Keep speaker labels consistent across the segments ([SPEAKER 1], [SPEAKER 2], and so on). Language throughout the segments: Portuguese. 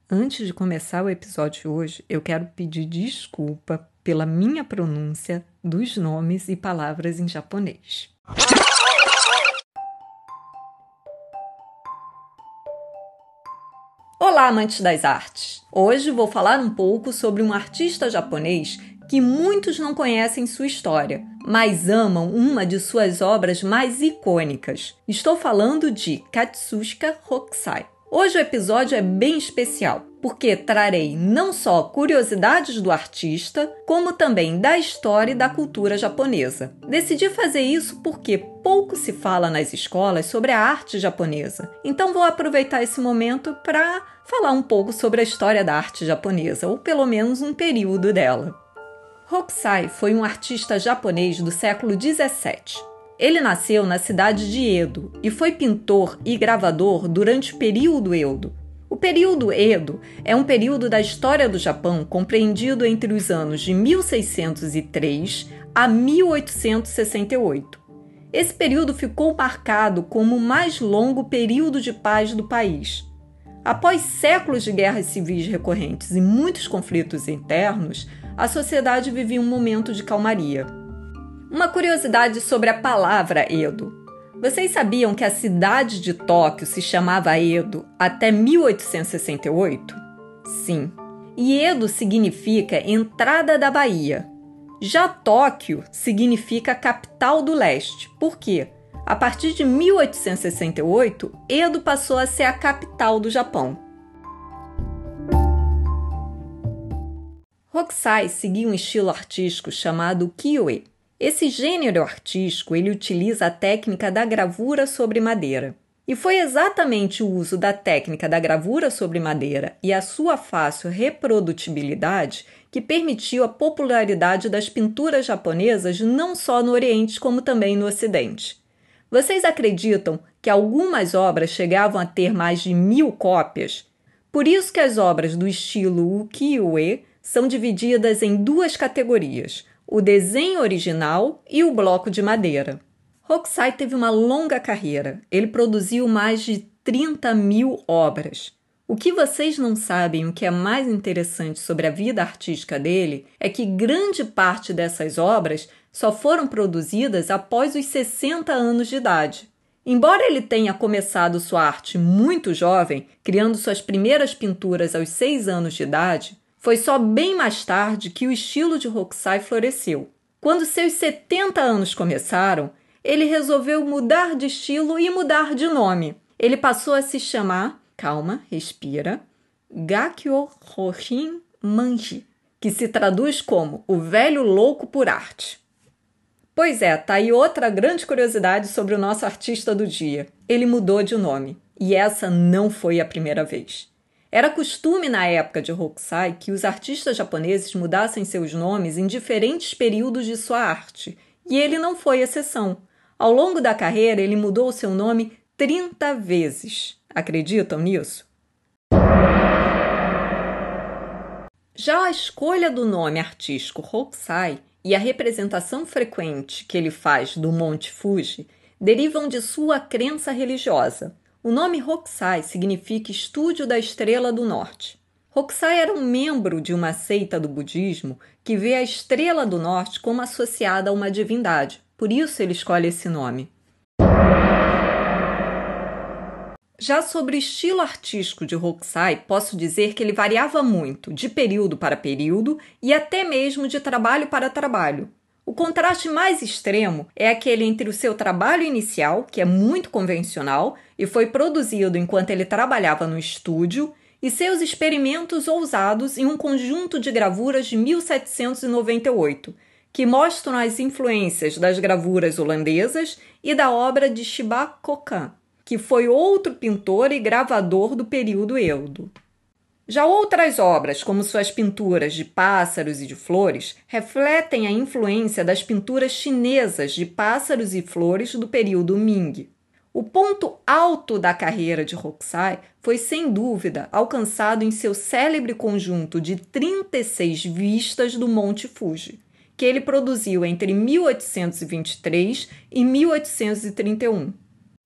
[SPEAKER 1] Antes de começar o episódio de hoje, eu quero pedir desculpa pela minha pronúncia dos nomes e palavras em japonês. Olá, amantes das artes! Hoje vou falar um pouco sobre um artista japonês que muitos não conhecem sua história, mas amam uma de suas obras mais icônicas. Estou falando de Katsushika Hokusai. Hoje o episódio é bem especial, porque trarei não só curiosidades do artista, como também da história e da cultura japonesa. Decidi fazer isso porque pouco se fala nas escolas sobre a arte japonesa, então vou aproveitar esse momento para falar um pouco sobre a história da arte japonesa, ou pelo menos um período dela. Hokusai foi um artista japonês do século XVII. Ele nasceu na cidade de Edo e foi pintor e gravador durante o período Edo. O período Edo é um período da história do Japão compreendido entre os anos de 1603 a 1868. Esse período ficou marcado como o mais longo período de paz do país. Após séculos de guerras civis recorrentes e muitos conflitos internos, a sociedade vivia um momento de calmaria. Uma curiosidade sobre a palavra Edo. Vocês sabiam que a cidade de Tóquio se chamava Edo até 1868? Sim. E Edo significa entrada da Bahia. Já Tóquio significa capital do leste. Por quê? A partir de 1868, Edo passou a ser a capital do Japão. Hokusai seguia um estilo artístico chamado ukiyo-e. Esse gênero artístico ele utiliza a técnica da gravura sobre madeira. E foi exatamente o uso da técnica da gravura sobre madeira e a sua fácil reprodutibilidade que permitiu a popularidade das pinturas japonesas não só no Oriente como também no Ocidente. Vocês acreditam que algumas obras chegavam a ter mais de 1000 cópias? Por isso que as obras do estilo ukiyo-e são divididas em duas categorias, o desenho original e o bloco de madeira. Hokusai teve uma longa carreira. Ele produziu mais de 30.000 obras. O que vocês não sabem, o que é mais interessante sobre a vida artística dele, é que grande parte dessas obras só foram produzidas após os 60 anos de idade. Embora ele tenha começado sua arte muito jovem, criando suas primeiras pinturas aos 6 anos de idade, foi só bem mais tarde que o estilo de Hokusai floresceu. Quando seus 70 anos começaram, ele resolveu mudar de estilo e mudar de nome. Ele passou a se chamar, calma, respira, Gakyo Horin Manji, que se traduz como o velho louco por arte. Pois é, tá aí outra grande curiosidade sobre o nosso artista do dia. Ele mudou de nome, e essa não foi a primeira vez. Era costume na época de Hokusai que os artistas japoneses mudassem seus nomes em diferentes períodos de sua arte, e ele não foi exceção. Ao longo da carreira, ele mudou seu nome 30 vezes. Acreditam nisso? Já a escolha do nome artístico Hokusai e a representação frequente que ele faz do Monte Fuji derivam de sua crença religiosa. O nome Hokusai significa Estúdio da Estrela do Norte. Hokusai era um membro de uma seita do budismo que vê a Estrela do Norte como associada a uma divindade. Por isso ele escolhe esse nome. Já sobre o estilo artístico de Hokusai, posso dizer que ele variava muito, de período para período e até mesmo de trabalho para trabalho. O contraste mais extremo é aquele entre o seu trabalho inicial, que é muito convencional e foi produzido enquanto ele trabalhava no estúdio, e seus experimentos ousados em um conjunto de gravuras de 1798, que mostram as influências das gravuras holandesas e da obra de Shiba Kokan, que foi outro pintor e gravador do período Edo. Já outras obras, como suas pinturas de pássaros e de flores, refletem a influência das pinturas chinesas de pássaros e flores do período Ming. O ponto alto da carreira de Hokusai foi, sem dúvida, alcançado em seu célebre conjunto de 36 vistas do Monte Fuji, que ele produziu entre 1823 e 1831.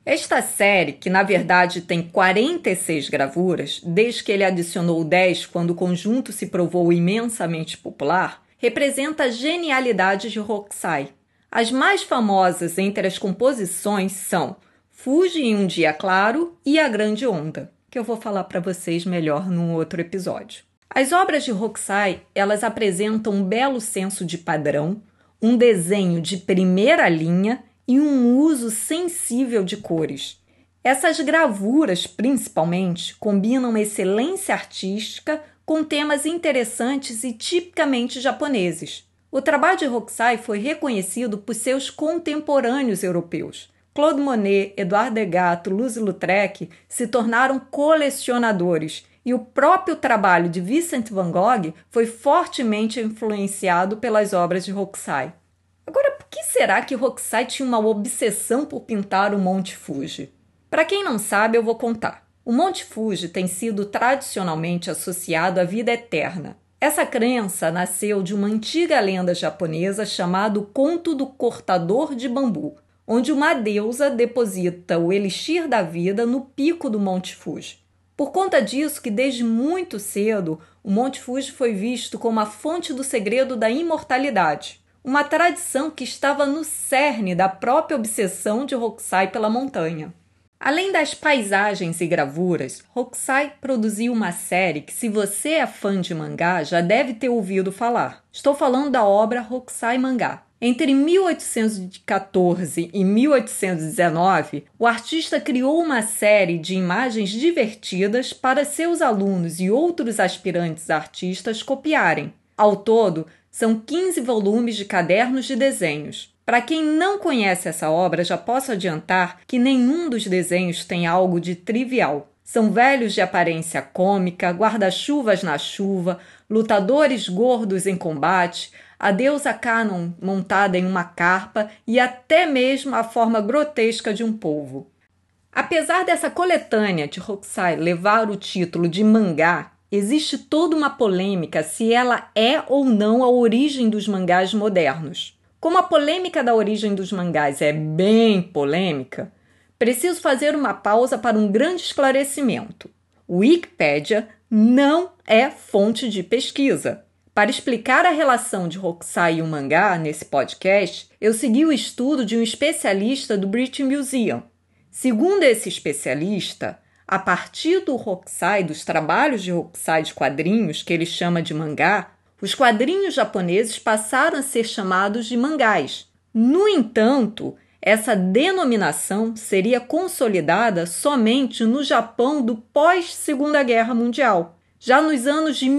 [SPEAKER 1] Esta série, que na verdade tem 46 gravuras, desde que ele adicionou 10 quando o conjunto se provou imensamente popular, representa a genialidade de Hokusai. As mais famosas entre as composições são Fuji em um Dia Claro e A Grande Onda, que eu vou falar para vocês melhor num outro episódio. As obras de Hokusai, elas apresentam um belo senso de padrão, um desenho de primeira linha e um uso sensível de cores. Essas gravuras, principalmente, combinam excelência artística com temas interessantes e tipicamente japoneses. O trabalho de Hokusai foi reconhecido por seus contemporâneos europeus. Claude Monet, Edouard Degas, Toulouse-Lautrec se tornaram colecionadores e o próprio trabalho de Vincent van Gogh foi fortemente influenciado pelas obras de Hokusai. Agora, por que será que Hokusai tinha uma obsessão por pintar o Monte Fuji? Para quem não sabe, eu vou contar. O Monte Fuji tem sido tradicionalmente associado à vida eterna. Essa crença nasceu de uma antiga lenda japonesa chamada Conto do Cortador de Bambu, onde uma deusa deposita o elixir da vida no pico do Monte Fuji. Por conta disso que desde muito cedo o Monte Fuji foi visto como a fonte do segredo da imortalidade, uma tradição que estava no cerne da própria obsessão de Hokusai pela montanha. Além das paisagens e gravuras, Hokusai produziu uma série que, se você é fã de mangá, já deve ter ouvido falar. Estou falando da obra Hokusai Mangá. Entre 1814 e 1819, o artista criou uma série de imagens divertidas para seus alunos e outros aspirantes artistas copiarem. Ao todo, são 15 volumes de cadernos de desenhos. Para quem não conhece essa obra, já posso adiantar que nenhum dos desenhos tem algo de trivial. São velhos de aparência cômica, guarda-chuvas na chuva, lutadores gordos em combate, a deusa Kanon montada em uma carpa e até mesmo a forma grotesca de um polvo. Apesar dessa coletânea de Hokusai levar o título de mangá, existe toda uma polêmica se ela é ou não a origem dos mangás modernos. Como a polêmica da origem dos mangás é bem polêmica, preciso fazer uma pausa para um grande esclarecimento. O Wikipédia não é fonte de pesquisa. Para explicar a relação de Hokusai e o mangá nesse podcast, eu segui o estudo de um especialista do British Museum. Segundo esse especialista, a partir do Hokusai, dos trabalhos de Hokusai de quadrinhos, que ele chama de mangá, os quadrinhos japoneses passaram a ser chamados de mangás. No entanto, essa denominação seria consolidada somente no Japão do pós-Segunda Guerra Mundial, já nos anos de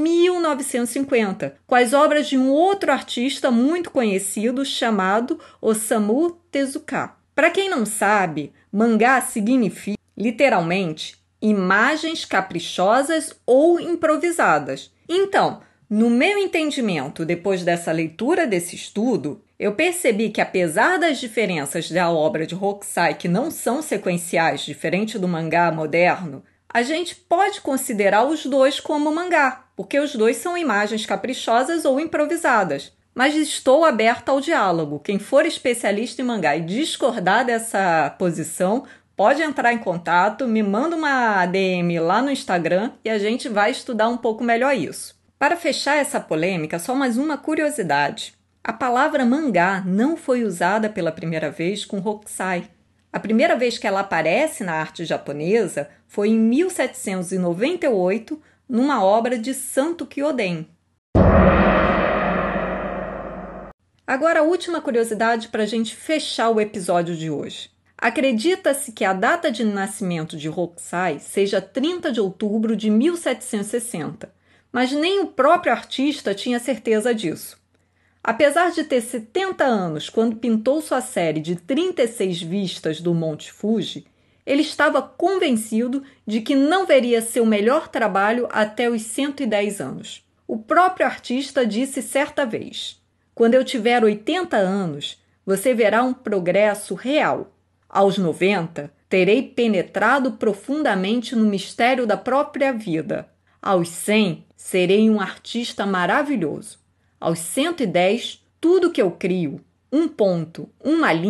[SPEAKER 1] 1950, com as obras de um outro artista muito conhecido chamado Osamu Tezuka. Para quem não sabe, mangá significa, literalmente, imagens caprichosas ou improvisadas. Então, no meu entendimento, depois dessa leitura desse estudo, eu percebi que apesar das diferenças da obra de Hokusai que não são sequenciais, diferente do mangá moderno, a gente pode considerar os dois como mangá, porque os dois são imagens caprichosas ou improvisadas. Mas estou aberta ao diálogo. Quem for especialista em mangá e discordar dessa posição, pode entrar em contato, me manda uma DM lá no Instagram e a gente vai estudar um pouco melhor isso. Para fechar essa polêmica, só mais uma curiosidade. A palavra mangá não foi usada pela primeira vez com Hokusai. A primeira vez que ela aparece na arte japonesa foi em 1798, numa obra de Santo Kyoden. Agora a última curiosidade para a gente fechar o episódio de hoje. Acredita-se que a data de nascimento de Hokusai seja 30 de outubro de 1760, mas nem o próprio artista tinha certeza disso. Apesar de ter 70 anos quando pintou sua série de 36 vistas do Monte Fuji, ele estava convencido de que não veria seu melhor trabalho até os 110 anos. O próprio artista disse certa vez: "Quando eu tiver 80 anos, você verá um progresso real. Aos 90, terei penetrado profundamente no mistério da própria vida. Aos 100, serei um artista maravilhoso. Aos 110, tudo que eu crio, um ponto, uma linha,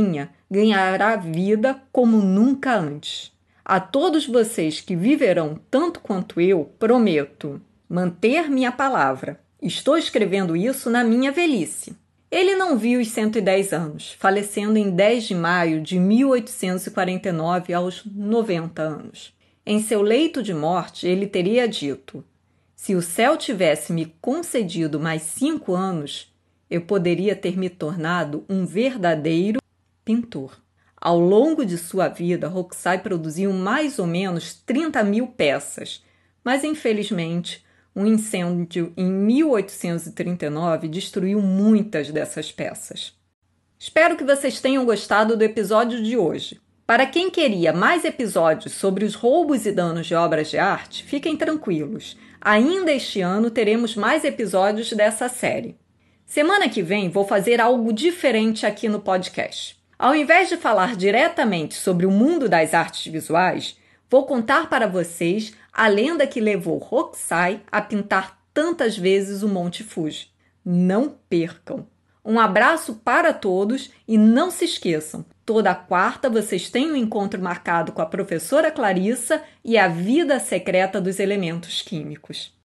[SPEAKER 1] ganhará vida como nunca antes. A todos vocês que viverão tanto quanto eu, prometo manter minha palavra. Estou escrevendo isso na minha velhice. Ele não viu os 110 anos, falecendo em 10 de maio de 1849 aos 90 anos. Em seu leito de morte, ele teria dito: se o céu tivesse me concedido mais 5 anos, eu poderia ter me tornado um verdadeiro pintor. Ao longo de sua vida, Hokusai produziu mais ou menos 30.000 peças, mas infelizmente um incêndio em 1839 destruiu muitas dessas peças. Espero que vocês tenham gostado do episódio de hoje. Para quem queria mais episódios sobre os roubos e danos de obras de arte, fiquem tranquilos. Ainda este ano teremos mais episódios dessa série. Semana que vem vou fazer algo diferente aqui no podcast. Ao invés de falar diretamente sobre o mundo das artes visuais, vou contar para vocês a lenda que levou Hokusai a pintar tantas vezes o Monte Fuji. Não percam! Um abraço para todos e não se esqueçam, toda quarta vocês têm um encontro marcado com a professora Clarissa e a vida secreta dos elementos químicos.